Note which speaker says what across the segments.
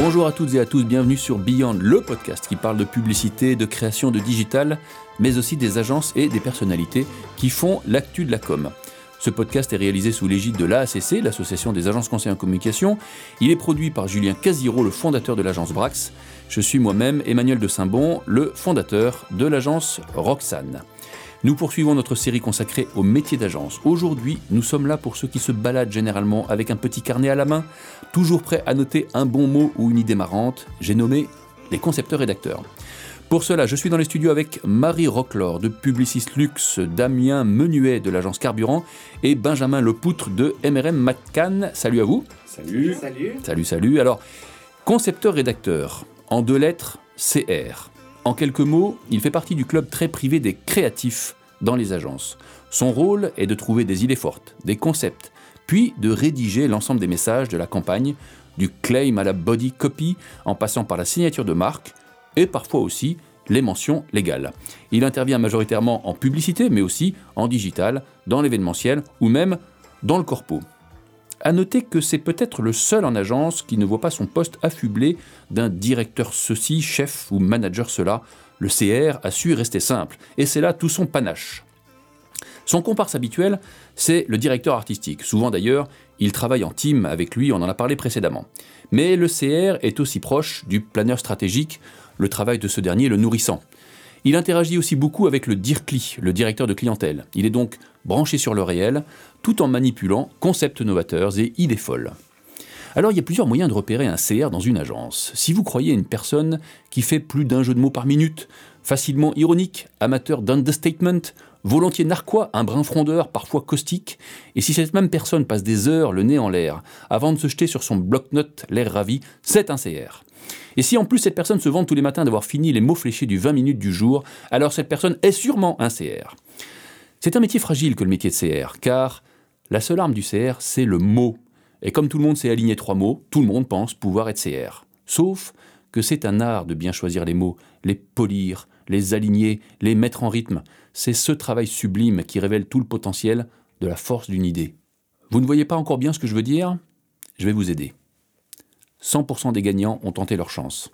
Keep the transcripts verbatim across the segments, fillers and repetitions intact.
Speaker 1: Bonjour à toutes et à tous, bienvenue sur Beyond, le podcast qui parle de publicité, de création de digital, mais aussi des agences et des personnalités qui font l'actu de la com. Ce podcast est réalisé sous l'égide de l'A A C C, l'Association des agences conseillers en communication. Il est produit par Julien Casiro, le fondateur de l'agence Brax. Je suis moi-même Emmanuel de Saint-Bon, le fondateur de l'agence Roxane. Nous poursuivons notre série consacrée au métier d'agence. Aujourd'hui, nous sommes là pour ceux qui se baladent généralement avec un petit carnet à la main, toujours prêts à noter un bon mot ou une idée marrante. J'ai nommé les concepteurs-rédacteurs. Pour cela, je suis dans les studios avec Marie Rocklor de Publicis Luxe, Damien Menuet de l'agence Carburant et Benjamin Lepoutre de M R M McCann. Salut à vous.
Speaker 2: Salut. Salut.
Speaker 1: Salut, salut. Alors, concepteur-rédacteur, en deux lettres, C R. En quelques mots, il fait partie du club très privé des créatifs dans les agences. Son rôle est de trouver des idées fortes, des concepts, puis de rédiger l'ensemble des messages de la campagne, du claim à la body copy, en passant par la signature de marque, et parfois aussi les mentions légales. Il intervient majoritairement en publicité, mais aussi en digital, dans l'événementiel ou même dans le corpo. À noter que c'est peut-être le seul en agence qui ne voit pas son poste affublé d'un directeur ceci, chef ou manager cela. Le C R a su rester simple, et c'est là tout son panache. Son comparse habituel, c'est le directeur artistique. Souvent d'ailleurs, il travaille en team avec lui, on en a parlé précédemment. Mais le C R est aussi proche du planeur stratégique, le travail de ce dernier le nourrissant. Il interagit aussi beaucoup avec le D I R C L I, le directeur de clientèle. Il est donc branché sur le réel, tout en manipulant concepts novateurs et idées folles. Alors il y a plusieurs moyens de repérer un C R dans une agence. Si vous croyez à une personne qui fait plus d'un jeu de mots par minute, facilement ironique, amateur d'understatement, volontiers narquois, un brin frondeur, parfois caustique, et si cette même personne passe des heures le nez en l'air, avant de se jeter sur son bloc-notes, l'air ravi, c'est un C R. Et si en plus cette personne se vante tous les matins d'avoir fini les mots fléchés du vingt minutes du jour, alors cette personne est sûrement un C R. C'est un métier fragile que le métier de C R, car la seule arme du C R, c'est le mot. Et comme tout le monde sait aligner trois mots, tout le monde pense pouvoir être C R. Sauf que c'est un art de bien choisir les mots, les polir, les aligner, les mettre en rythme. C'est ce travail sublime qui révèle tout le potentiel de la force d'une idée. Vous ne voyez pas encore bien ce que je veux dire ? Je vais vous aider. cent pour cent des gagnants ont tenté leur chance.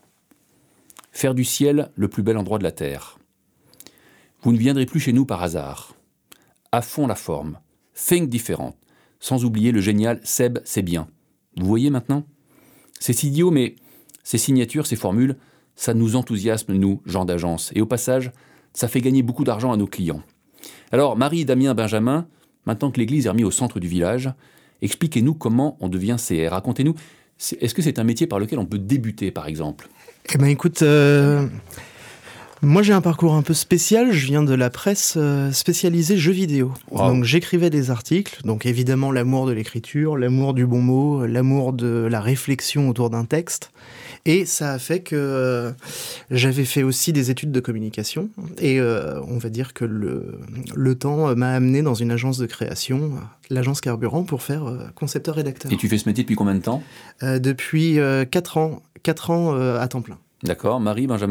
Speaker 1: Faire du ciel le plus bel endroit de la terre. Vous ne viendrez plus chez nous par hasard. À fond la forme. Think différent. Sans oublier le génial Seb, c'est bien. Vous voyez maintenant ? C'est idiot, mais ces signatures, ces formules, ça nous enthousiasme, nous, gens d'agence. Et au passage, ça fait gagner beaucoup d'argent à nos clients. Alors, Marie, Damien, Benjamin, maintenant que l'église est remise au centre du village, expliquez-nous comment on devient C R. Racontez-nous, est-ce que c'est un métier par lequel on peut débuter, par exemple ?
Speaker 2: Eh bien, écoute, euh, moi j'ai un parcours un peu spécial. Je viens de la presse euh, spécialisée jeux vidéo. Wow. Donc j'écrivais des articles. Donc évidemment, l'amour de l'écriture, l'amour du bon mot, l'amour de la réflexion autour d'un texte. Et ça a fait que euh, j'avais fait aussi des études de communication. Et euh, on va dire que le, le temps m'a amené dans une agence de création, l'agence Carburant, pour faire euh, concepteur-rédacteur.
Speaker 1: Et tu fais ce métier depuis combien de temps ?
Speaker 2: euh, Depuis euh, quatre ans, quatre ans euh, à temps plein.
Speaker 1: D'accord. Marie, Benjamin ?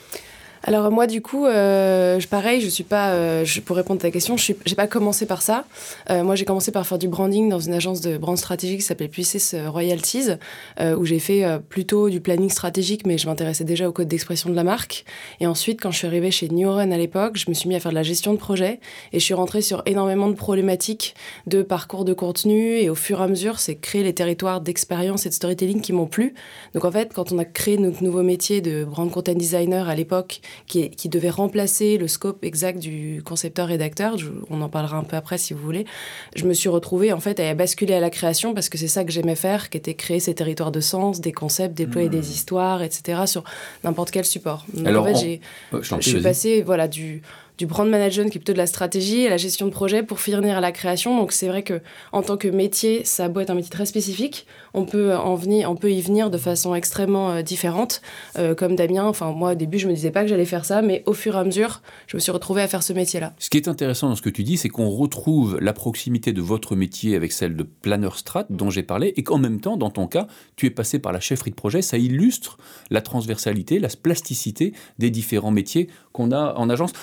Speaker 3: Alors moi du coup, euh, je, pareil, je suis pas, euh, je, pour répondre à ta question, je suis, j'ai pas commencé par ça. Euh, moi j'ai commencé par faire du branding dans une agence de brand stratégique qui s'appelait Publicis Royalties, euh, où j'ai fait euh, plutôt du planning stratégique, mais je m'intéressais déjà au code d'expression de la marque. Et ensuite, quand je suis arrivée chez Neuron à l'époque, je me suis mis à faire de la gestion de projet et je suis rentrée sur énormément de problématiques de parcours de contenu, et au fur et à mesure, c'est créer les territoires d'expérience et de storytelling qui m'ont plu. Donc en fait, quand on a créé notre nouveau métier de brand content designer à l'époque, Qui, est, qui devait remplacer le scope exact du concepteur-rédacteur, je, on en parlera un peu après si vous voulez, je me suis retrouvée en fait à basculer à la création parce que c'est ça que j'aimais faire, qui était créer ces territoires de sens, des concepts, déployer mmh. des histoires, et cetera sur n'importe quel support. Donc
Speaker 1: Alors,
Speaker 3: en fait,
Speaker 1: on...
Speaker 3: j'ai,
Speaker 1: oh, je,
Speaker 3: je suis passée voilà, du... du brand management qui est plutôt de la stratégie et la gestion de projet pour finir à la création. Donc c'est vrai que en tant que métier, ça a beau être un métier très spécifique, on peut en venir, on peut y venir de façon extrêmement euh, différente. Euh, comme Damien, enfin moi au début je me disais pas que j'allais faire ça, mais au fur et à mesure, je me suis retrouvée à faire ce métier-là.
Speaker 1: Ce qui est intéressant dans ce que tu dis, c'est qu'on retrouve la proximité de votre métier avec celle de planeur strat dont j'ai parlé, et qu'en même temps, dans ton cas, tu es passé par la chefferie de projet. Ça illustre la transversalité, la plasticité des différents métiers qu'on a en agence. Benjamin,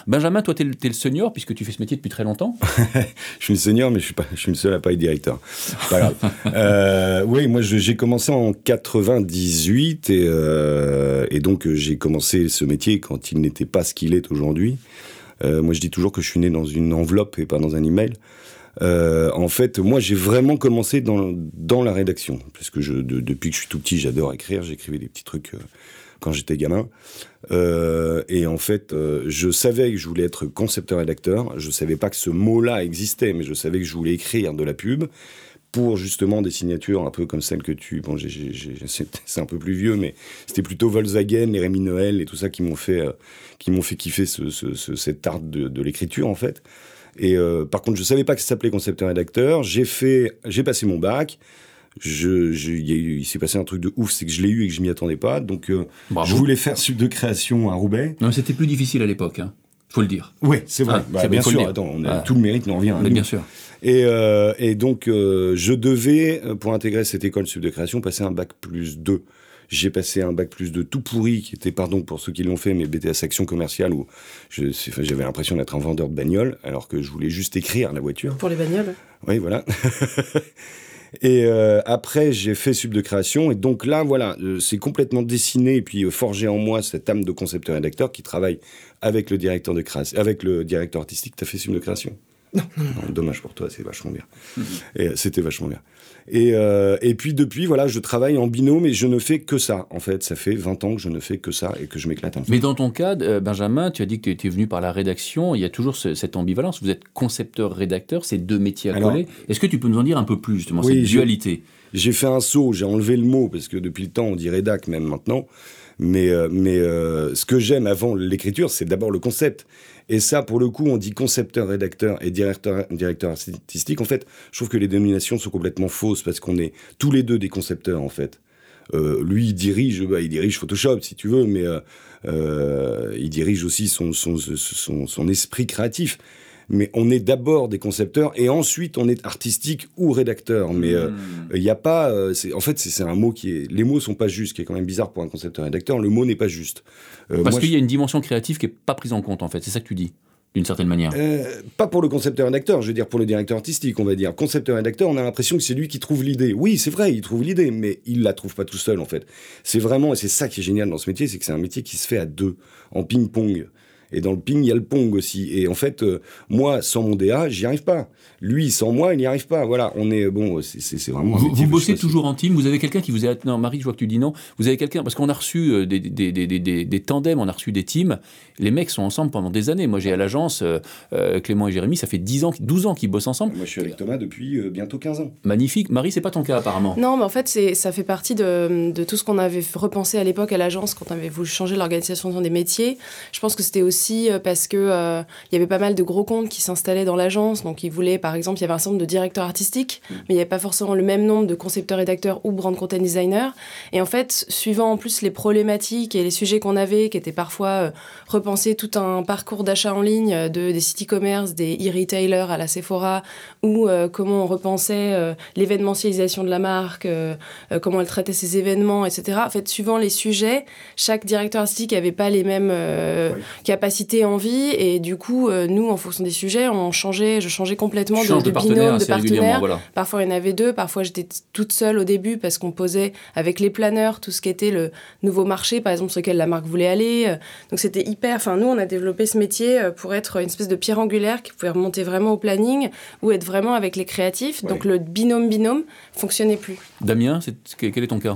Speaker 1: toi, tu es le senior, puisque tu fais ce métier depuis très longtemps.
Speaker 4: Je suis le senior, mais je suis, pas, je suis le seul à pas être directeur. Pas grave. euh, oui, moi, je, j'ai commencé en quatre-vingt-dix-huit, et, euh, et donc j'ai commencé ce métier quand il n'était pas ce qu'il est aujourd'hui. Euh, moi, je dis toujours que je suis né dans une enveloppe et pas dans un email. Euh, en fait, moi, j'ai vraiment commencé dans, dans la rédaction. Parce que je, de, depuis que je suis tout petit, j'adore écrire. J'écrivais des petits trucs euh, quand j'étais gamin. Euh, et en fait, euh, je savais que je voulais être concepteur-rédacteur. Je savais pas que ce mot-là existait, mais je savais que je voulais écrire de la pub pour justement des signatures un peu comme celles que tu... Bon, j'ai, j'ai, j'ai, c'est, c'est un peu plus vieux, mais c'était plutôt Volkswagen, les Rémi Noël et tout ça qui m'ont fait, euh, qui m'ont fait kiffer ce, ce, ce, cette art de, de l'écriture, en fait. Et euh, par contre, je savais pas que ça s'appelait concepteur-rédacteur. J'ai fait, j'ai passé mon bac. Je, je, il, y a eu, il s'est passé un truc de ouf, c'est que je l'ai eu et que je m'y attendais pas. Donc, euh, je voulais faire sup de création à Roubaix.
Speaker 1: Non, c'était plus difficile à l'époque, hein. Faut le dire.
Speaker 4: Oui, c'est vrai.
Speaker 1: Ah,
Speaker 4: bah,
Speaker 1: c'est
Speaker 4: bien
Speaker 1: sûr.
Speaker 4: sûr. Attends, on a
Speaker 1: ah.
Speaker 4: tout le mérite, nous revient.
Speaker 1: Mais bien sûr.
Speaker 4: Et, euh, et donc, euh, je devais, pour intégrer cette école sup de création, passer un bac plus deux. J'ai passé un bac plus deux tout pourri, qui était, pardon pour ceux qui l'ont fait, mais B T S action commerciale, où je, enfin, j'avais l'impression d'être un vendeur de bagnole, alors que je voulais juste écrire la voiture.
Speaker 3: Pour les bagnoles.
Speaker 4: Oui, voilà. Et euh, après, j'ai fait sup de création, et donc là, voilà, euh, c'est complètement dessiné et puis euh, forgé en moi cette âme de concepteur-rédacteur qui travaille avec le directeur de création, avec le directeur artistique. T'as fait sup de création ?
Speaker 2: Non, non,
Speaker 4: non. Dommage pour toi, c'est vachement bien. Mmh. Et c'était vachement bien. Et, euh, et puis depuis, voilà, je travaille en binôme et je ne fais que ça. En fait, ça fait vingt ans que je ne fais que ça et que je m'éclate un peu.
Speaker 1: Mais dans ton cas, euh, Benjamin, tu as dit que tu étais venu par la rédaction. Il y a toujours ce, cette ambivalence. Vous êtes concepteur-rédacteur, c'est deux métiers à Alors, coller. Est-ce que tu peux nous en dire un peu plus, justement, oui, cette dualité ?
Speaker 4: j'ai, j'ai fait un saut, j'ai enlevé le mot, parce que depuis le temps, on dit rédac même maintenant. Mais, euh, mais euh, ce que j'aime avant l'écriture, c'est d'abord le concept. Et ça, pour le coup, on dit concepteur-rédacteur et directeur, directeur artistique. En fait, je trouve que les dénominations sont complètement fausses parce qu'on est tous les deux des concepteurs, en fait. Euh, lui, il dirige, bah, il dirige Photoshop, si tu veux, mais euh, euh, il dirige aussi son, son, son, son esprit créatif. Mais on est d'abord des concepteurs et ensuite on est artistique ou rédacteur. Mais il euh, mmh. y a pas, euh, c'est, en fait, c'est, c'est un mot qui est, les mots sont pas justes, qui est quand même bizarre pour un concepteur-rédacteur. Le mot n'est pas juste.
Speaker 1: Euh, Parce moi, qu'il je... y a une dimension créative qui est pas prise en compte, en fait. C'est ça que tu dis, d'une certaine manière.
Speaker 4: Euh, pas pour le concepteur-rédacteur, je veux dire pour le directeur artistique, on va dire. Concepteur-rédacteur, on a l'impression que c'est lui qui trouve l'idée. Oui, c'est vrai, il trouve l'idée, mais il la trouve pas tout seul, en fait. C'est vraiment, et c'est ça qui est génial dans ce métier, c'est que c'est un métier qui se fait à deux, en ping-pong. Et dans le ping, il y a le pong aussi. Et en fait, euh, moi, sans mon D A, j'y arrive pas. Lui, sans moi, il n'y arrive pas. Voilà, on est... Bon, c'est, c'est, c'est vraiment...
Speaker 1: Vous, vous bossez toujours en team ? Vous avez quelqu'un qui vous a... Non, Marie, je vois que tu dis non. Vous avez quelqu'un... Parce qu'on a reçu des, des, des, des, des, des tandems, on a reçu des teams. Les mecs sont ensemble pendant des années. Moi, j'ai à l'agence, euh, Clément et Jérémy, ça fait dix ans, douze ans qu'ils bossent ensemble.
Speaker 4: Moi, je suis avec Thomas depuis euh, bientôt quinze ans.
Speaker 1: Magnifique. Marie, c'est pas ton cas, apparemment.
Speaker 3: Non, mais en fait, c'est, ça fait partie de, de tout ce qu'on avait repensé à l'époque à l'agence quand on avait voulu changer l'organisation des métiers. Je pense que c'était aussi parce que il euh, y avait pas mal de gros comptes qui s'installaient dans l'agence, donc ils voulaient, par exemple, il y avait un certain nombre de directeurs artistiques, mais il n'y avait pas forcément le même nombre de concepteurs-rédacteurs ou brand content designers. Et en fait, suivant en plus les problématiques et les sujets qu'on avait, qui étaient parfois euh, repenser tout un parcours d'achat en ligne de, des sites e-commerce, des e-retailers à la Sephora, ou euh, comment on repensait euh, l'événementialisation de la marque, euh, euh, comment elle traitait ses événements, et cetera. En fait, suivant les sujets, chaque directeur artistique n'avait pas les mêmes euh, oui. capacités, envies. Et du coup, euh, nous, en fonction des sujets, on changeait, je changeais complètement de, de, de binôme, de partenaires. Voilà. Parfois, il y en avait deux. Parfois, j'étais t- toute seule au début parce qu'on posait avec les planeurs tout ce qui était le nouveau marché, par exemple, sur lequel la marque voulait aller. Donc, c'était hyper... Enfin, nous, on a développé ce métier pour être une espèce de pierre angulaire qui pouvait remonter vraiment au planning ou être vraiment avec les créatifs. Ouais. Donc, le binôme-binôme fonctionnait plus.
Speaker 1: Damien, c'est... quel est ton cas ?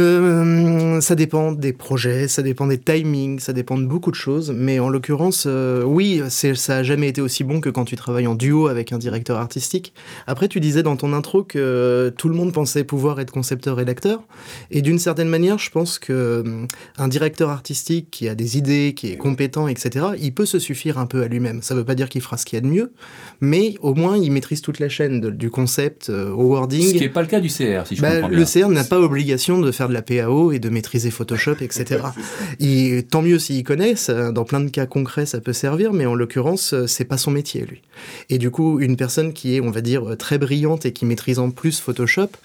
Speaker 2: Euh, ça dépend des projets, ça dépend des timings, ça dépend de beaucoup de choses, mais en l'occurrence, euh, oui, c'est, ça a jamais été aussi bon que quand tu travailles en duo avec un directeur artistique. Après, tu disais dans ton intro que euh, tout le monde pensait pouvoir être concepteur-rédacteur, et d'une certaine manière, je pense que euh, un directeur artistique qui a des idées, qui est compétent, et cetera, il peut se suffire un peu à lui-même. Ça veut pas dire qu'il fera ce qu'il y a de mieux, mais au moins, il maîtrise toute la chaîne, de, du concept euh, au wording. Ce
Speaker 1: qui n'est pas le cas du C R, si je bah, comprends bien.
Speaker 2: Le C R n'a pas obligation de faire de la P A O et de maîtriser Photoshop, et cetera. Et tant mieux s'il connaît, ça, dans plein de cas concrets, ça peut servir, mais en l'occurrence, c'est pas son métier, lui. Et du coup, une personne qui est, on va dire, très brillante et qui maîtrise en plus Photoshop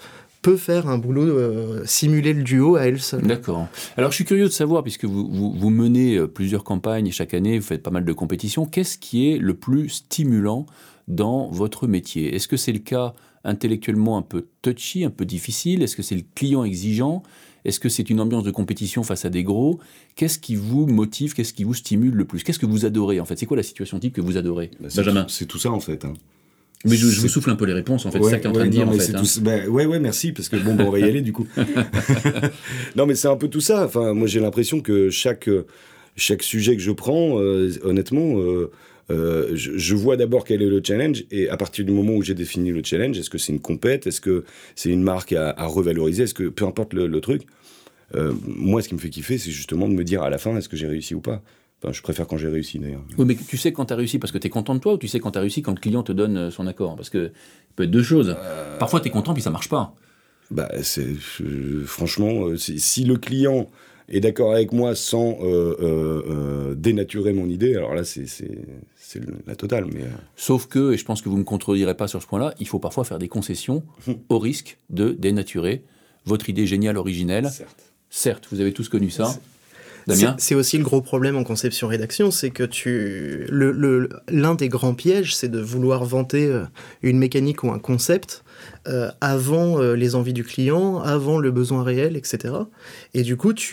Speaker 2: peut faire un boulot, euh, simuler le duo à elle seule.
Speaker 1: D'accord. Alors je suis curieux de savoir, puisque vous, vous, vous menez plusieurs campagnes chaque année, vous faites pas mal de compétitions, qu'est-ce qui est le plus stimulant dans votre métier ? Est-ce que c'est le cas intellectuellement un peu touchy, un peu difficile ? Est-ce que c'est le client exigeant ? Est-ce que c'est une ambiance de compétition face à des gros ? Qu'est-ce qui vous motive ? Qu'est-ce qui vous stimule le plus ? Qu'est-ce que vous adorez en fait ? C'est quoi la situation type que vous adorez,
Speaker 4: bah, c'est
Speaker 1: Benjamin ?
Speaker 4: tout, c'est tout ça en fait. Hein.
Speaker 1: Mais je, je vous souffle un peu les réponses, en fait,
Speaker 4: ouais,
Speaker 1: c'est ça que tu es en train
Speaker 4: ouais,
Speaker 1: de dire,
Speaker 4: non,
Speaker 1: en
Speaker 4: mais
Speaker 1: fait.
Speaker 4: C'est
Speaker 1: hein.
Speaker 4: tout, ben, ouais, ouais, merci, parce que bon, ben, on va y aller, du coup. Non, mais c'est un peu tout ça. Enfin, moi, j'ai l'impression que chaque, chaque sujet que je prends, euh, honnêtement, euh, euh, je, je vois d'abord quel est le challenge, et à partir du moment où j'ai défini le challenge, est-ce que c'est une compète, est-ce que c'est une marque à, à revaloriser, est-ce que, peu importe le, le truc, euh, moi, ce qui me fait kiffer, c'est justement de me dire à la fin, est-ce que j'ai réussi ou pas ? Enfin, je préfère quand j'ai réussi, d'ailleurs.
Speaker 1: Oui, mais tu sais quand tu as réussi parce que tu es content de toi, ou tu sais quand tu as réussi quand le client te donne son accord ? Parce que ça peut être deux choses. Euh... Parfois, tu es content, puis ça marche pas.
Speaker 4: Bah, c'est, euh, franchement, euh, si le client est d'accord avec moi sans euh, euh, euh, dénaturer mon idée, alors là, c'est, c'est, c'est la totale. Mais, euh...
Speaker 1: Sauf que, et je pense que vous ne me contredirez pas sur ce point-là, il faut parfois faire des concessions au risque de dénaturer votre idée géniale, originelle.
Speaker 4: Certes.
Speaker 1: Certes, vous avez tous connu ça.
Speaker 2: C'est...
Speaker 1: Damien ?
Speaker 2: C'est, c'est aussi le gros problème en conception-rédaction, c'est que tu, le, le, l'un des grands pièges, c'est de vouloir vanter une mécanique ou un concept euh, avant euh, les envies du client, avant le besoin réel, et cetera. Et du coup,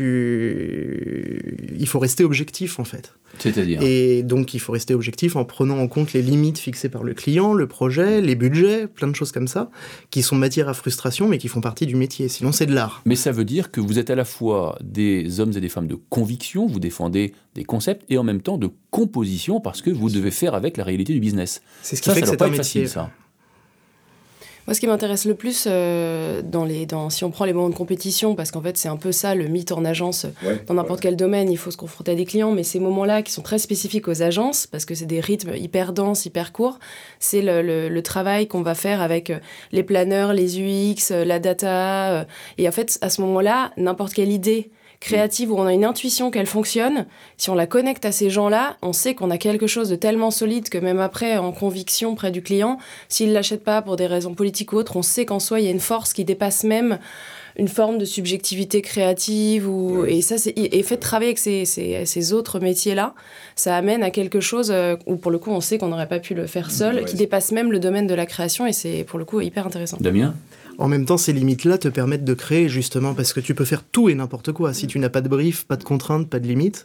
Speaker 2: tu... il faut rester objectif, en fait.
Speaker 1: C'est-à-dire ?
Speaker 2: Et donc, il faut rester objectif en prenant en compte les limites fixées par le client, le projet, les budgets, plein de choses comme ça, qui sont matière à frustration, mais qui font partie du métier. Sinon, c'est de l'art.
Speaker 1: Mais ça veut dire que vous êtes à la fois des hommes et des femmes de conviction, vous défendez des concepts, et en même temps de composition, parce que vous devez faire avec la réalité du business.
Speaker 2: C'est ce qui
Speaker 1: ça,
Speaker 2: fait
Speaker 1: ça
Speaker 2: que
Speaker 1: doit
Speaker 2: c'est
Speaker 1: pas
Speaker 2: un
Speaker 1: être
Speaker 2: métier.
Speaker 1: facile, ça.
Speaker 3: Moi, ce qui m'intéresse le plus, euh, dans les, dans, si on prend les moments de compétition, parce qu'en fait, c'est un peu ça, le mythe en agence.
Speaker 4: Ouais,
Speaker 3: dans n'importe ouais. quel domaine, il faut se confronter à des clients, mais ces moments-là qui sont très spécifiques aux agences, parce que c'est des rythmes hyper denses, hyper courts, c'est le, le, le travail qu'on va faire avec les planeurs, les U X, la data. Et en fait, à ce moment-là, n'importe quelle idée créative où on a une intuition qu'elle fonctionne, si on la connecte à ces gens-là, on sait qu'on a quelque chose de tellement solide que même après, en conviction près du client, s'il ne l'achète pas pour des raisons politiques ou autres, on sait qu'en soi, il y a une force qui dépasse même une forme de subjectivité créative. Ou... Ouais. Et ça, c'est... Et fait de travailler avec ces, ces, ces autres métiers-là, ça amène à quelque chose où, pour le coup, on sait qu'on n'aurait pas pu le faire seul, ouais, qui dépasse même le domaine de la création, et c'est, pour le coup, hyper intéressant.
Speaker 1: Damien ?
Speaker 2: En même temps, ces limites-là te permettent de créer, justement, parce que tu peux faire tout et n'importe quoi. Si tu n'as pas de brief, pas de contraintes, pas de limites,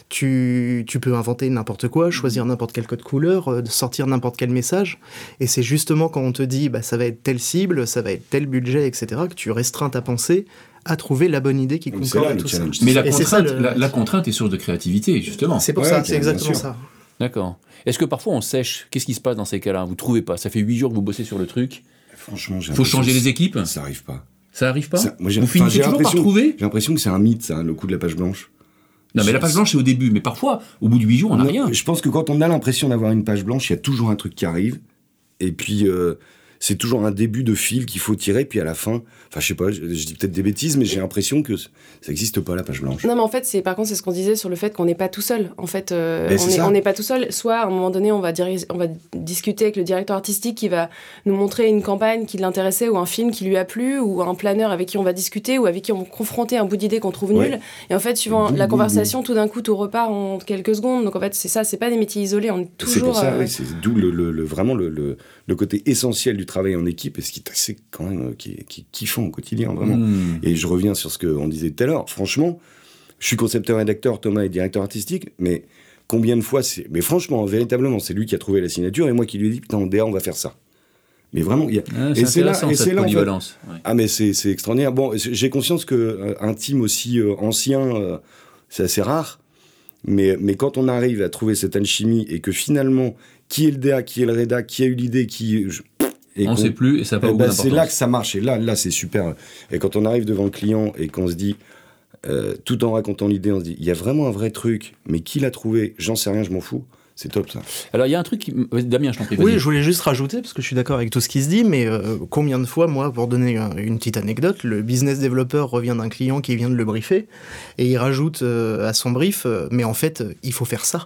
Speaker 2: tu, tu peux inventer n'importe quoi, choisir n'importe quel code couleur, euh, sortir n'importe quel message. Et c'est justement quand on te dit bah, ça va être telle cible, ça va être tel budget, et cetera, que tu restreins ta pensée à trouver la bonne idée qui concorde à tout ça.
Speaker 1: Mais la contrainte, ça, le... la, la contrainte est source de créativité, justement.
Speaker 2: C'est pour ouais, ça, okay, c'est exactement ça.
Speaker 1: D'accord. Est-ce que parfois on sèche ? Qu'est-ce qui se passe dans ces cas-là ? Vous ne trouvez pas ? Ça fait huit jours que vous bossez sur le truc.
Speaker 4: Franchement, j'ai
Speaker 1: faut changer les équipes.
Speaker 4: Ça arrive pas.
Speaker 1: Ça arrive pas.
Speaker 4: Ça, moi, j'ai,
Speaker 1: vous
Speaker 4: enfin,
Speaker 1: finissez toujours par trouver.
Speaker 4: J'ai l'impression que c'est un mythe, ça, le coup de la page blanche.
Speaker 1: Non, mais la page blanche c'est au début, mais parfois, au bout de huit jours, on n'a rien.
Speaker 4: Je pense que quand on a l'impression d'avoir une page blanche, il y a toujours un truc qui arrive, et puis euh, c'est toujours un début de fil qu'il faut tirer, puis à la fin, enfin, je sais pas, je, je dis peut-être des bêtises, mais j'ai l'impression que ça n'existe pas la page blanche.
Speaker 3: Non, mais en fait, c'est par contre, c'est ce qu'on disait sur le fait qu'on n'est pas tout seul. En fait, euh, on n'est pas tout seul. Soit à un moment donné, on va dire, on va discuter avec le directeur artistique qui va nous montrer une campagne qui l'intéressait ou un film qui lui a plu ou un planeur avec qui on va discuter ou avec qui on va confronter un bout d'idée qu'on trouve ouais. nul. Et en fait, suivant boum, la boum, conversation, boum. tout d'un coup, tout repart en quelques secondes. Donc en fait, c'est ça, c'est pas des métiers isolés. On est toujours.
Speaker 4: C'est pour ça,
Speaker 3: euh...
Speaker 4: oui, c'est d'où le, le, le vraiment le, le, le côté essentiel du travail en équipe et ce qui est assez quand même qui est, qui est kiffant au quotidien vraiment. Mmh. Et je reviens sur ce qu'on disait tout à l'heure. Franchement, je suis concepteur, rédacteur, Thomas est directeur artistique, mais combien de fois c'est... Mais franchement, véritablement, c'est lui qui a trouvé la signature et moi qui lui ai dit putain, en D A, on va faire ça. Mais vraiment, il y a...
Speaker 1: ah, c'est et c'est là, et c'est là en fait... ouais.
Speaker 4: Ah mais c'est, c'est extraordinaire. Bon, j'ai conscience que euh, un team aussi euh, ancien, euh, c'est assez rare. Mais mais quand on arrive à trouver cette alchimie et que finalement, qui est le D A, qui est le rédac, qui a eu l'idée, qui je...
Speaker 1: Et on ne sait plus et ça n'a pas
Speaker 4: eh
Speaker 1: beaucoup
Speaker 4: ben,
Speaker 1: d'importance.
Speaker 4: C'est là que ça marche et là, là c'est super. Et quand on arrive devant le client et qu'on se dit, euh, tout en racontant l'idée, on se dit, il y a vraiment un vrai truc, mais qui l'a trouvé ? J'en sais rien, je m'en fous. C'est top ça.
Speaker 1: Alors il y a un truc, qui... Damien, je t'en prie.
Speaker 2: Oui,
Speaker 1: vas-y.
Speaker 2: Je voulais juste rajouter, parce que je suis d'accord avec tout ce qui se dit, mais euh, combien de fois, moi, pour donner un, une petite anecdote, le business developer revient d'un client qui vient de le briefer, et il rajoute euh, à son brief, euh, mais en fait, euh, il faut faire ça.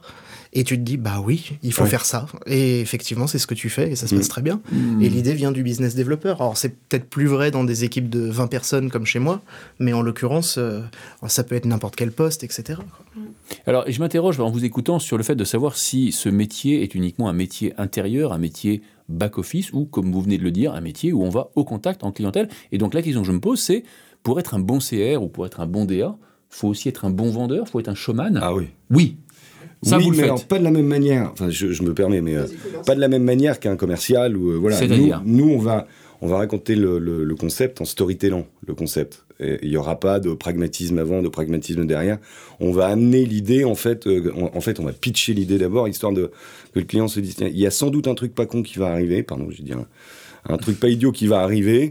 Speaker 2: Et tu te dis, bah oui, il faut
Speaker 4: ouais.
Speaker 2: faire ça. Et effectivement, c'est ce que tu fais et ça se
Speaker 4: mmh.
Speaker 2: passe très bien.
Speaker 1: Mmh.
Speaker 2: Et l'idée vient du business développeur. Alors, c'est peut-être plus vrai dans des équipes de vingt personnes comme chez moi, mais en l'occurrence, euh, ça peut être n'importe quel poste, et cetera.
Speaker 1: Alors, je m'interroge en vous écoutant sur le fait de savoir si ce métier est uniquement un métier intérieur, un métier back-office, ou, comme vous venez de le dire, un métier où on va au contact, en clientèle. Et donc, la question que je me pose, c'est, pour être un bon C R ou pour être un bon D A, il faut aussi être un bon vendeur, il faut être un showman.
Speaker 4: Ah oui.
Speaker 1: Oui. Ça,
Speaker 4: oui,
Speaker 1: vous le
Speaker 4: mais
Speaker 1: faites.
Speaker 4: alors, pas de la même manière. Enfin, je, je me permets, mais euh, pas de la même manière qu'un commercial. Ou, euh, voilà.
Speaker 1: C'est-à-dire
Speaker 4: nous, nous, on va, on va raconter le, le, le concept en storytelling, le concept. Et il n'y aura pas de pragmatisme avant, de pragmatisme derrière. On va amener l'idée, en fait, euh, en, en fait, on va pitcher l'idée d'abord, histoire de, que le client se dise, tiens, il y a sans doute un truc pas con qui va arriver, pardon, je dis un, un truc pas idiot qui va arriver.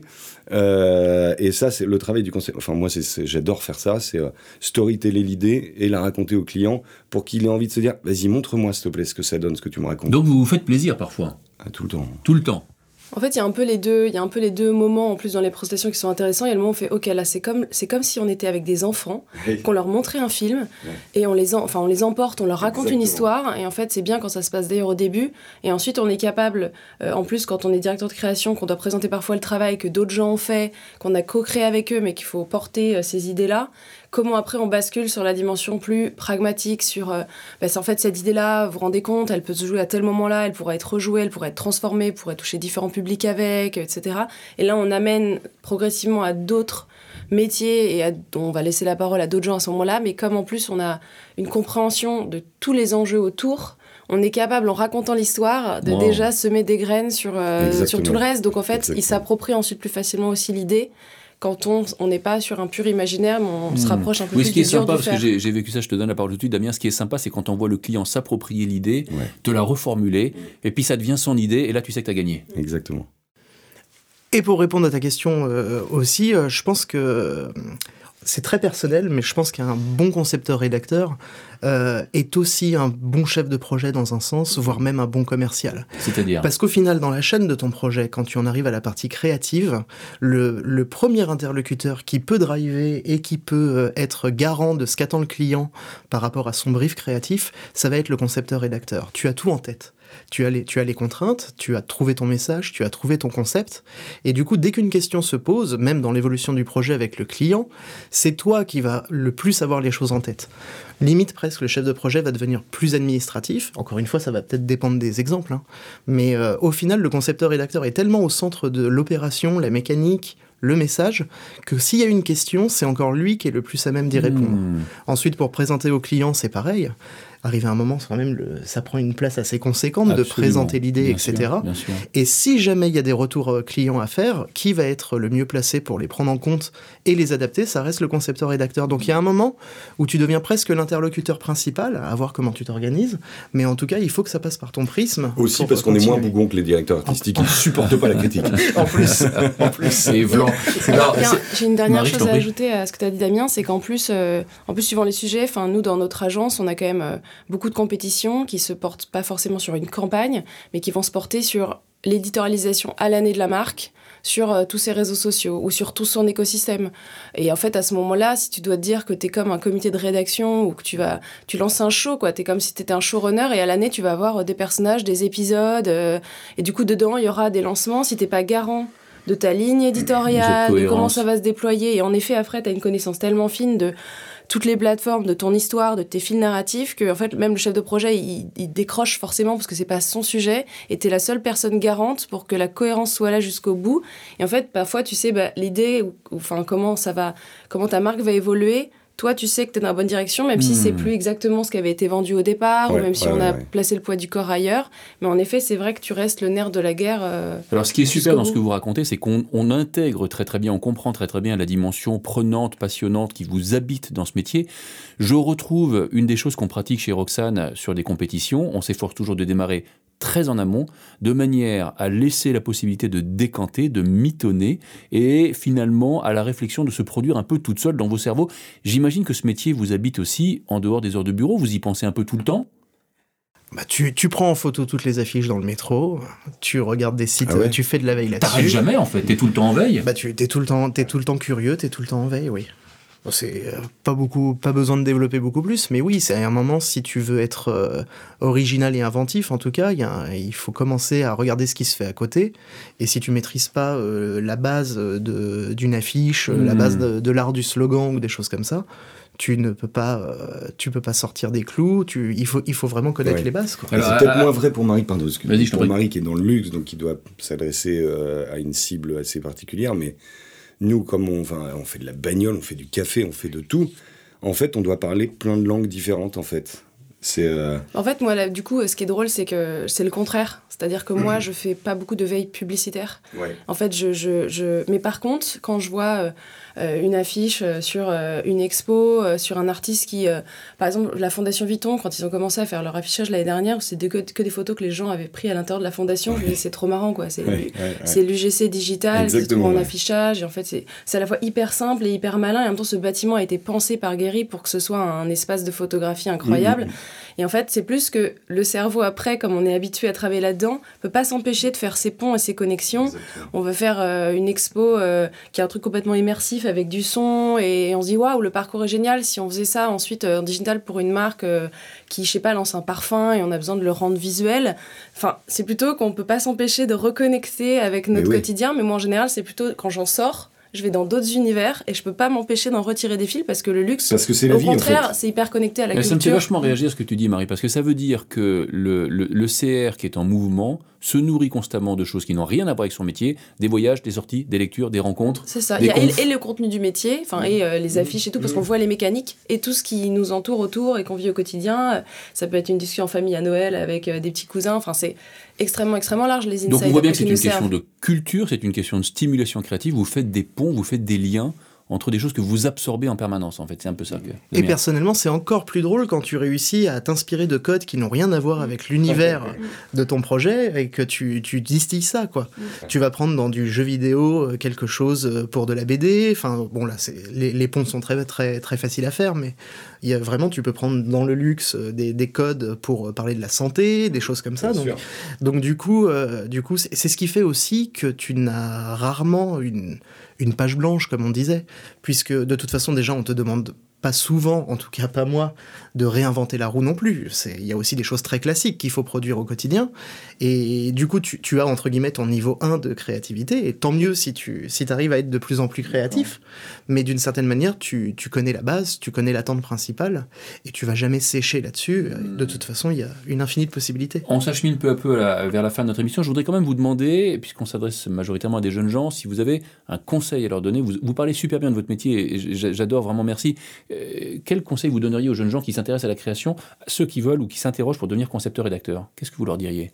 Speaker 4: Euh, et ça, c'est le travail du concept. Enfin, moi, c'est, c'est, j'adore faire ça, c'est euh, storyteller l'idée et la raconter au client pour qu'il ait envie de se dire, vas-y, montre-moi, s'il te plaît, ce que ça donne, ce que tu me racontes.
Speaker 1: Donc, vous vous faites plaisir parfois.
Speaker 4: Ah, tout le temps.
Speaker 1: Tout le temps.
Speaker 3: En fait, il y a un peu les deux, il y a un peu les deux moments en plus dans les prestations qui sont intéressants. Il y a le moment où on fait OK, là c'est comme c'est comme si on était avec des enfants,
Speaker 4: Oui.
Speaker 3: qu'on leur montrait un film
Speaker 4: Ouais.
Speaker 3: et on les en, enfin on les emporte, on leur raconte
Speaker 4: Exactement.
Speaker 3: une histoire et en fait, c'est bien quand ça se passe d'ailleurs au début et ensuite on est capable euh, en plus quand on est directeur de création, qu'on doit présenter parfois le travail que d'autres gens ont fait, qu'on a co-créé avec eux mais qu'il faut porter euh, ces idées-là. Comment après on bascule sur la dimension plus pragmatique, sur euh, bah, c'est en fait cette idée-là, vous vous rendez compte, elle peut se jouer à tel moment-là, elle pourrait être rejouée, elle pourrait être transformée, pourrait toucher différents publics avec, et cetera. Et là on amène progressivement à d'autres métiers et à, on va laisser la parole à d'autres gens à ce moment-là, mais comme en plus on a une compréhension de tous les enjeux autour, on est capable, en racontant l'histoire, de
Speaker 1: Wow.
Speaker 3: déjà semer des graines sur, euh, sur
Speaker 4: Exactement.
Speaker 3: tout le reste. Donc en fait,
Speaker 4: Exactement.
Speaker 3: il s'approprie ensuite plus facilement aussi l'idée. Quand on on n'est pas sur un pur imaginaire, mais on
Speaker 1: Mmh.
Speaker 3: se rapproche un peu
Speaker 1: Oui,
Speaker 3: plus
Speaker 1: ce qui est
Speaker 3: du dur
Speaker 1: sympa,
Speaker 3: du
Speaker 1: parce
Speaker 3: faire.
Speaker 1: que j'ai, j'ai vécu ça, je te donne la parole tout de suite, Damien, ce qui est sympa, c'est quand on voit le client s'approprier l'idée,
Speaker 4: Ouais.
Speaker 1: te la reformuler, et puis ça devient son idée, et là tu sais que tu as gagné.
Speaker 4: Exactement.
Speaker 2: Et pour répondre à ta question euh, aussi, euh, je pense que euh, c'est très personnel, mais je pense qu'un bon concepteur-rédacteur euh, est aussi un bon chef de projet dans un sens, voire même un bon commercial.
Speaker 1: C'est-à-dire
Speaker 2: Parce qu'au final, dans la chaîne de ton projet, quand tu en arrives à la partie créative, le, le premier interlocuteur qui peut driver et qui peut euh, être garant de ce qu'attend le client par rapport à son brief créatif, ça va être le concepteur-rédacteur. Tu as tout en tête. Tu as, les, tu as les contraintes, tu as trouvé ton message, tu as trouvé ton concept, et du coup, dès qu'une question se pose, même dans l'évolution du projet avec le client, c'est toi qui vas le plus avoir les choses en tête. Limite, presque, le chef de projet va devenir plus administratif. Encore une fois, ça va peut-être dépendre des exemples, hein. Mais euh, au final, le concepteur-rédacteur est tellement au centre de l'opération, la mécanique, le message, que s'il y a une question, c'est encore lui qui est le plus à même d'y répondre.
Speaker 1: Mmh.
Speaker 2: Ensuite, pour présenter au client, c'est pareil. Arrivé à un moment, quand même, le, ça prend une place assez conséquente
Speaker 1: Absolument.
Speaker 2: de présenter l'idée,
Speaker 1: Bien
Speaker 2: et cetera.
Speaker 1: sûr, bien sûr.
Speaker 2: Et si jamais il y a des retours euh, clients à faire, qui va être le mieux placé pour les prendre en compte et les adapter? Ça reste le concepteur-rédacteur. Donc il y a un moment où tu deviens presque l'interlocuteur principal, à voir comment tu t'organises. Mais en tout cas, il faut que ça passe par ton prisme.
Speaker 4: Aussi
Speaker 2: pour
Speaker 4: parce qu'on est
Speaker 2: continuer.
Speaker 4: moins bougon que les directeurs artistiques qui ne supportent pas la critique.
Speaker 2: En plus, en plus.
Speaker 1: Et blanc. Alors,
Speaker 3: Bien,
Speaker 1: c'est-
Speaker 3: j'ai une dernière
Speaker 1: Marie, je
Speaker 3: chose
Speaker 1: t'en
Speaker 3: à
Speaker 1: prie.
Speaker 3: ajouter à ce que tu as dit, Damien, c'est qu'en plus, euh, en plus suivant les sujets, enfin nous dans notre agence, on a quand même euh, beaucoup de compétitions qui se portent pas forcément sur une campagne, mais qui vont se porter sur l'éditorialisation à l'année de la marque, sur euh, tous ses réseaux sociaux ou sur tout son écosystème. Et en fait, à ce moment-là, si tu dois te dire que tu es comme un comité de rédaction ou que tu vas, tu lances un show, quoi, tu es comme si tu étais un showrunner et à l'année, tu vas avoir euh, des personnages, des épisodes, euh, et du coup, dedans, il y aura des lancements. Si t'es pas garant de ta ligne éditoriale,
Speaker 1: Cette
Speaker 3: de comment
Speaker 1: cohérence.
Speaker 3: ça va se déployer, et en effet, après, tu as une connaissance tellement fine de toutes les plateformes, de ton histoire, de tes fils narratifs, que en fait, même le chef de projet, il, il décroche forcément parce que c'est pas son sujet, et t'es la seule personne garante pour que la cohérence soit là jusqu'au bout. Et en fait, parfois, tu sais, bah, l'idée, ou, ou, enfin, comment ça va, comment ta marque va évoluer. Toi, tu sais que t'es dans la bonne direction, même
Speaker 1: Mmh.
Speaker 3: si c'est plus exactement ce qui avait été vendu au départ,
Speaker 4: Ouais,
Speaker 3: ou même si
Speaker 4: ouais,
Speaker 3: on a
Speaker 4: ouais, ouais.
Speaker 3: placé le poids du corps ailleurs. Mais en effet, c'est vrai que tu restes le nerf de la guerre. Euh,
Speaker 1: Alors, ce qui est super
Speaker 3: Jusqu'au
Speaker 1: dans ce
Speaker 3: bout.
Speaker 1: que vous racontez, c'est qu'on on intègre très très bien, on comprend très très bien la dimension prenante, passionnante qui vous habite dans ce métier. Je retrouve une des choses qu'on pratique chez Roxane sur des compétitions. On s'efforce toujours de démarrer très en amont, de manière à laisser la possibilité de décanter, de mitonner, et finalement à la réflexion de se produire un peu toute seule dans vos cerveaux. J'imagine que ce métier vous habite aussi en dehors des heures de bureau, vous y pensez un peu tout le temps?
Speaker 2: Bah, tu, tu prends en photo toutes les affiches dans le métro, tu regardes des sites,
Speaker 4: Ah ouais
Speaker 2: tu fais de la veille
Speaker 1: T'arrêtes
Speaker 2: là-dessus.
Speaker 1: jamais en fait, t'es tout le temps en veille.
Speaker 2: Bah, tu es tout le temps, t'es tout le temps curieux, t'es tout le temps en veille, oui. C'est euh, pas beaucoup, pas besoin de développer beaucoup plus, mais oui, c'est à un moment, si tu veux être euh, original et inventif, en tout cas, y a un, il faut commencer à regarder ce qui se fait à côté. Et si tu maîtrises pas euh, la base de, d'une affiche, mmh. la base de, de l'art du slogan ou des choses comme ça, tu ne peux pas, euh, tu peux pas sortir des clous. Tu, il faut, il faut vraiment connaître ouais. les bases, quoi.
Speaker 4: Alors, c'est peut-être euh, moins vrai pour Marie, pardon, parce que pour Marie qui est dans le luxe, donc qui doit s'adresser euh, à une cible assez particulière, mais nous, comme on, enfin, on fait de la bagnole, on fait du café, on fait de tout, en fait, on doit parler plein de langues différentes, en fait. C'est euh...
Speaker 3: En fait, moi, là, du coup, ce qui est drôle, c'est que c'est le contraire. C'est-à-dire que moi, je fais pas beaucoup de veille publicitaire.
Speaker 4: Ouais.
Speaker 3: En fait, je, je, je... Mais par contre, quand je vois euh, une affiche sur euh, une expo, euh, sur un artiste qui... Euh, par exemple, la Fondation Vuitton, quand ils ont commencé à faire leur affichage l'année dernière, c'était que, que des photos que les gens avaient prises à l'intérieur de la Fondation. Ouais. C'est trop marrant, quoi. C'est, ouais, ouais, ouais. c'est l'U G C digital Exactement, qui trouve en ouais. affichage. Et en fait, c'est, c'est à la fois hyper simple et hyper malin. Et en même temps, ce bâtiment a été pensé par Guéry pour que ce soit un espace de photographie incroyable. Mmh. Et en fait, c'est plus que le cerveau, après, comme on est habitué à travailler là-dedans, ne peut pas s'empêcher de faire ses ponts et ses connexions. Exactement. On veut faire euh, une expo euh, qui a un truc complètement immersif avec du son, et on se dit, waouh, le parcours est génial. Si on faisait ça ensuite euh, en digital pour une marque euh, qui, je sais pas, lance un parfum et on a besoin de le rendre visuel. Enfin, c'est plutôt qu'on ne peut pas s'empêcher de reconnecter avec notre mais oui. quotidien. Mais moi, en général, c'est plutôt quand j'en sors, je vais dans d'autres univers et je peux pas m'empêcher d'en retirer des fils parce que le luxe,
Speaker 4: parce que c'est la
Speaker 3: au
Speaker 4: vie,
Speaker 3: contraire,
Speaker 4: en fait.
Speaker 3: c'est hyper connecté à la
Speaker 1: Mais
Speaker 3: culture.
Speaker 1: Ça me fait vachement réagir ce que tu dis, Marie, parce que ça veut dire que le, le, le C R qui est en mouvement se nourrit constamment de choses qui n'ont rien à voir avec son métier, des voyages, des sorties, des lectures, des rencontres.
Speaker 3: C'est ça. Il y a et, et le contenu du métier, enfin et euh, les affiches et tout, parce qu'on voit les mécaniques et tout ce qui nous entoure autour et qu'on vit au quotidien. Ça peut être une discussion en famille à Noël avec euh, des petits cousins. Enfin, c'est extrêmement extrêmement large les insights.
Speaker 1: Donc on voit bien que c'est une question
Speaker 3: servent.
Speaker 1: de culture, c'est une question de stimulation créative. Vous faites des ponts, vous faites des liens entre des choses que vous absorbez en permanence, en fait. C'est un peu ça. Que
Speaker 2: et personnellement, c'est encore plus drôle quand tu réussis à t'inspirer de codes qui n'ont rien à voir avec l'univers de ton projet et que tu, tu distilles ça, quoi. Tu vas prendre dans du jeu vidéo quelque chose pour de la B D. Enfin, bon, là, c'est, les, les ponts sont très, très, très faciles à faire, mais il y a vraiment, tu peux prendre dans le luxe des, des codes pour parler de la santé, des choses comme ça. Donc, donc, du coup, euh, du coup c'est, c'est ce qui fait aussi que tu n'as rarement une... une page blanche, comme on disait, puisque de toute façon, déjà, on te demande pas souvent, en tout cas pas moi, de réinventer la roue non plus. Il y a aussi des choses très classiques qu'il faut produire au quotidien, et du coup, tu, tu as, entre guillemets, ton niveau un de créativité, et tant mieux si tu si arrives à être de plus en plus créatif, mais d'une certaine manière, tu, tu connais la base, tu connais l'attente principale, et tu vas jamais sécher là-dessus. De toute façon, il y a une infinie de possibilités.
Speaker 1: On s'achemine peu à peu à la, vers la fin de notre émission. Je voudrais quand même vous demander, puisqu'on s'adresse majoritairement à des jeunes gens, si vous avez un conseil à leur donner. Vous, vous parlez super bien de votre métier, et j'adore vraiment, merci. Euh, quel conseil vous donneriez aux jeunes gens qui s'intéressent à la création, ceux qui veulent ou qui s'interrogent pour devenir concepteur-rédacteur? Qu'est-ce que vous leur diriez?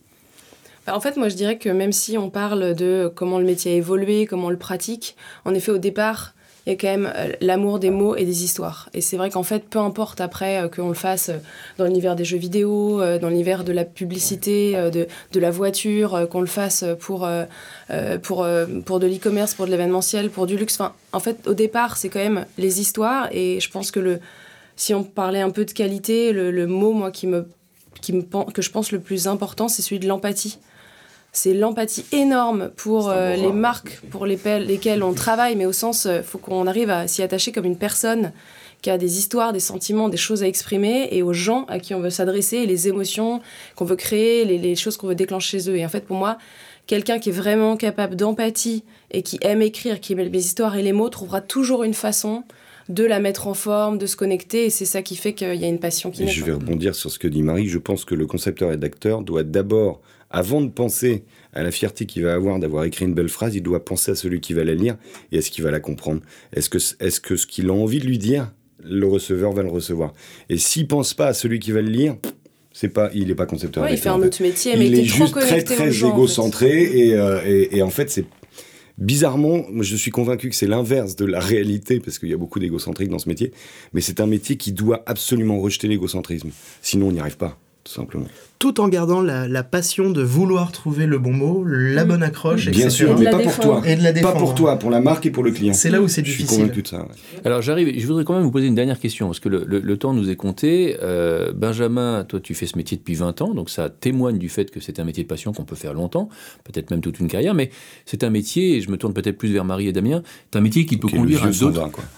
Speaker 3: En fait, moi, je dirais que même si on parle de comment le métier a évolué, comment on le pratique, en effet, au départ, il y a quand même euh, l'amour des mots et des histoires. Et c'est vrai qu'en fait, peu importe après euh, qu'on le fasse euh, dans l'univers des jeux vidéo, euh, dans l'univers de la publicité, euh, de, de la voiture, euh, qu'on le fasse pour, euh, pour, euh, pour de l'e-commerce, pour de l'événementiel, pour du luxe. Enfin, en fait, au départ, c'est quand même les histoires. Et je pense que le, si on parlait un peu de qualité, le, le mot, moi, qui me, qui me, que je pense le plus important, c'est celui de l'empathie. C'est l'empathie énorme pour euh, les marques pour lesquelles, lesquelles on travaille, mais au sens, il euh, faut qu'on arrive à s'y attacher comme une personne qui a des histoires, des sentiments, des choses à exprimer, et aux gens à qui on veut s'adresser, et les émotions qu'on veut créer, les, les choses qu'on veut déclencher chez eux. Et en fait, pour moi, quelqu'un qui est vraiment capable d'empathie et qui aime écrire, qui aime les histoires et les mots, trouvera toujours une façon de la mettre en forme, de se connecter, et c'est ça qui fait qu'il y a une passion qui naît.
Speaker 4: Je vais rebondir sur ce que dit Marie. Je pense que le concepteur-rédacteur doit d'abord, avant de penser à la fierté qu'il va avoir d'avoir écrit une belle phrase, il doit penser à celui qui va la lire et est-ce qu'il va la comprendre. Est-ce que, est-ce que ce qu'il a envie de lui dire, le receveur va le recevoir. Et s'il pense pas à celui qui va le lire, c'est pas, il n'est pas concepteur.
Speaker 3: Ouais, il fait un autre métier, mais
Speaker 4: il
Speaker 3: il
Speaker 4: est
Speaker 3: est trop
Speaker 4: juste très très
Speaker 3: gens,
Speaker 4: égocentré
Speaker 3: en fait.
Speaker 4: et, euh, et, et en fait c'est bizarrement, moi je suis convaincu que c'est l'inverse de la réalité parce qu'il y a beaucoup d'égocentriques dans ce métier, mais c'est un métier qui doit absolument rejeter l'égocentrisme. Sinon on n'y arrive pas. Tout simplement.
Speaker 2: Tout en gardant la, la passion de vouloir trouver le bon mot, la bonne accroche,
Speaker 4: bien
Speaker 2: et cetera.
Speaker 4: sûr, mais pas pour toi.
Speaker 2: Et de la défendre.
Speaker 4: Pas pour toi, pour la marque et pour le client.
Speaker 2: C'est là où c'est
Speaker 4: je
Speaker 2: difficile.
Speaker 4: Je suis convaincu de ça. Ouais.
Speaker 1: Alors j'arrive, je voudrais quand même vous poser une dernière question, parce que le, le, le temps nous est compté. Euh, Benjamin, toi tu fais ce métier depuis vingt ans, donc ça témoigne du fait que c'est un métier de passion qu'on peut faire longtemps, peut-être même toute une carrière, mais c'est un métier, et je me tourne peut-être plus vers Marie et Damien, c'est un métier qui peut
Speaker 4: okay,
Speaker 1: conduire à d'autres...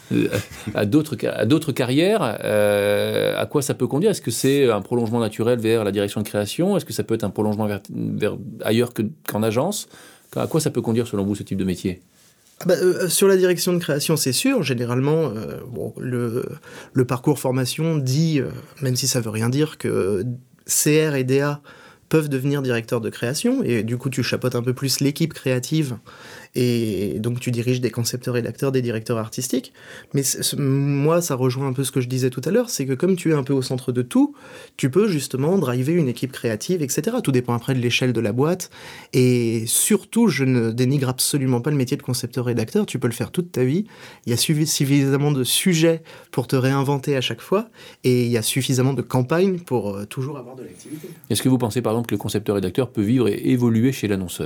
Speaker 1: à, d'autres, à d'autres carrières. Euh, à quoi ça peut conduire ? Est-ce que c'est un prolongement naturel vers la direction de création ? Est-ce que ça peut être un prolongement vers, vers ailleurs que, qu'en agence ? À quoi ça peut conduire, selon vous, ce type de métier ?
Speaker 2: Ah bah, euh, sur la direction de création, c'est sûr. Généralement, euh, bon, le, le parcours formation dit, euh, même si ça veut rien dire, que C R et D A peuvent devenir directeurs de création, et du coup, tu chapeautes un peu plus l'équipe créative, et donc tu diriges des concepteurs-rédacteurs, des directeurs artistiques. Mais moi, ça rejoint un peu ce que je disais tout à l'heure, c'est que comme tu es un peu au centre de tout, tu peux justement driver une équipe créative, et cetera. Tout dépend après de l'échelle de la boîte, et surtout, je ne dénigre absolument pas le métier de concepteur-rédacteur, tu peux le faire toute ta vie, il y a suffisamment de sujets pour te réinventer à chaque fois, et il y a suffisamment de campagnes pour euh, toujours avoir de l'activité.
Speaker 1: Est-ce que vous pensez par exemple que le concepteur-rédacteur peut vivre et évoluer chez l'annonceur ?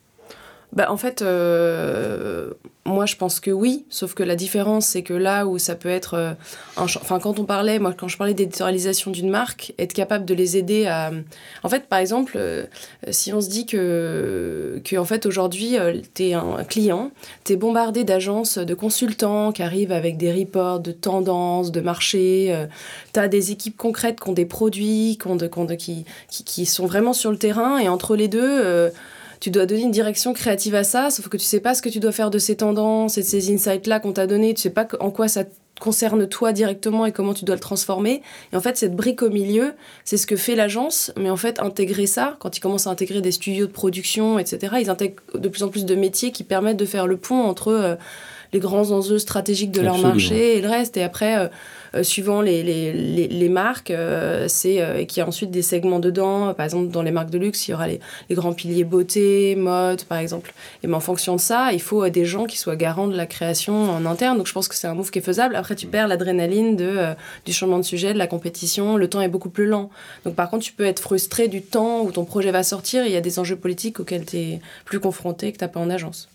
Speaker 3: Bah, en fait, euh, moi je pense que oui, sauf que la différence c'est que là où ça peut être, euh, un, enfin quand on parlait, moi quand je parlais d'éditorialisation d'une marque, être capable de les aider à, en fait par exemple, euh, si on se dit que, que en fait aujourd'hui euh, t'es un client, t'es bombardé d'agences, de consultants qui arrivent avec des reports de tendances, de marché, euh, t'as des équipes concrètes qui ont des produits, qui, ont de, qui, ont de, qui, qui, qui sont vraiment sur le terrain, et entre les deux, euh, tu dois donner une direction créative à ça, sauf que tu sais pas ce que tu dois faire de ces tendances et de ces insights-là qu'on t'a donné, tu sais pas en quoi ça te concerne toi directement et comment tu dois le transformer. Et en fait, cette brique au milieu, c'est ce que fait l'agence, mais en fait, intégrer ça, quand ils commencent à intégrer des studios de production, et cetera, ils intègrent de plus en plus de métiers qui permettent de faire le pont entre euh, les grands enjeux stratégiques de Absolument. Leur marché et le reste. Et après, euh, euh, suivant les, les, les, les marques, euh, c'est euh, qu'il y a ensuite des segments dedans. Par exemple, dans les marques de luxe, il y aura les, les grands piliers beauté, mode, par exemple. Et ben, en fonction de ça, il faut euh, des gens qui soient garants de la création en interne. Donc, je pense que c'est un move qui est faisable. Après, tu perds l'adrénaline de, euh, du changement de sujet, de la compétition. Le temps est beaucoup plus lent. Donc, par contre, tu peux être frustré du temps où ton projet va sortir. Et il y a des enjeux politiques auxquels tu es plus confronté que tu n'as pas en agence.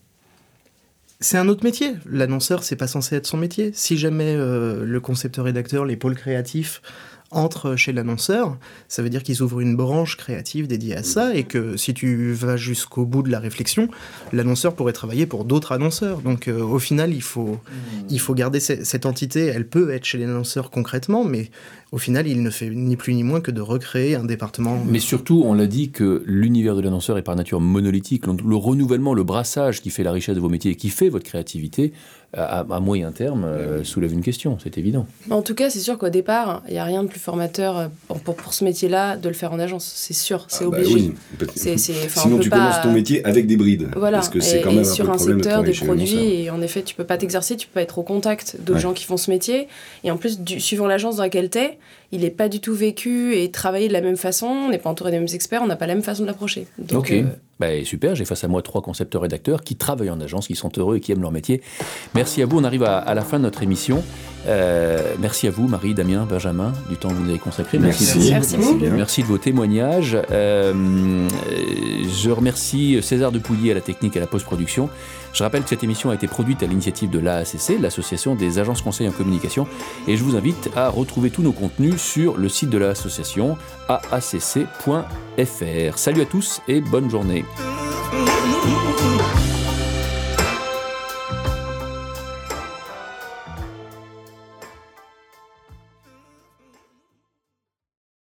Speaker 2: C'est un autre métier. L'annonceur, c'est pas censé être son métier. Si jamais euh, le concepteur-rédacteur, les pôles créatifs entrent chez l'annonceur, ça veut dire qu'ils ouvrent une branche créative dédiée à ça, et que si tu vas jusqu'au bout de la réflexion, l'annonceur pourrait travailler pour d'autres annonceurs. Donc euh, au final, il faut, mmh. il faut garder c- cette entité. Elle peut être chez l'annonceur concrètement, mais au final, il ne fait ni plus ni moins que de recréer un département.
Speaker 1: Mais surtout, on l'a dit que l'univers de l'annonceur est par nature monolithique. Le, le renouvellement, le brassage qui fait la richesse de vos métiers et qui fait votre créativité, à, à moyen terme, euh, soulève une question, c'est évident.
Speaker 3: En tout cas, c'est sûr qu'au départ, il n'y a rien de plus formateur pour, pour, pour ce métier-là de le faire en agence. C'est sûr, c'est ah obligé. Bah oui.
Speaker 4: c'est, c'est, Sinon, tu pas... commences ton métier avec des brides.
Speaker 3: Voilà,
Speaker 4: parce que c'est
Speaker 3: et,
Speaker 4: quand même
Speaker 3: et
Speaker 4: un
Speaker 3: sur
Speaker 4: peu
Speaker 3: un
Speaker 4: le
Speaker 3: secteur, des produits, et en effet, tu ne peux pas t'exercer, tu ne peux pas être au contact de ouais. gens qui font ce métier. Et en plus, du, suivant l'agence dans laquelle tu es, il n'est pas du tout vécu et travaillé de la même façon, on n'est pas entouré des mêmes experts, on n'a pas la même façon de l'approcher. Donc,
Speaker 1: ok, euh... bah, super, j'ai face à moi trois concepteurs-rédacteurs qui travaillent en agence, qui sont heureux et qui aiment leur métier. Merci à vous, on arrive à, à la fin de notre émission. Euh, merci à vous, Marie, Damien, Benjamin, du temps que vous nous avez consacré.
Speaker 3: Merci, merci, merci,
Speaker 1: merci, merci, merci de vos témoignages. Euh, je remercie César Depouilly à la technique et à la post-production. Je rappelle que cette émission a été produite à l'initiative de l'A A C C, l'Association des agences conseils en communication, et je vous invite à retrouver tous nos contenus sur le site de l'association a a c c point f r. Salut à tous et bonne journée.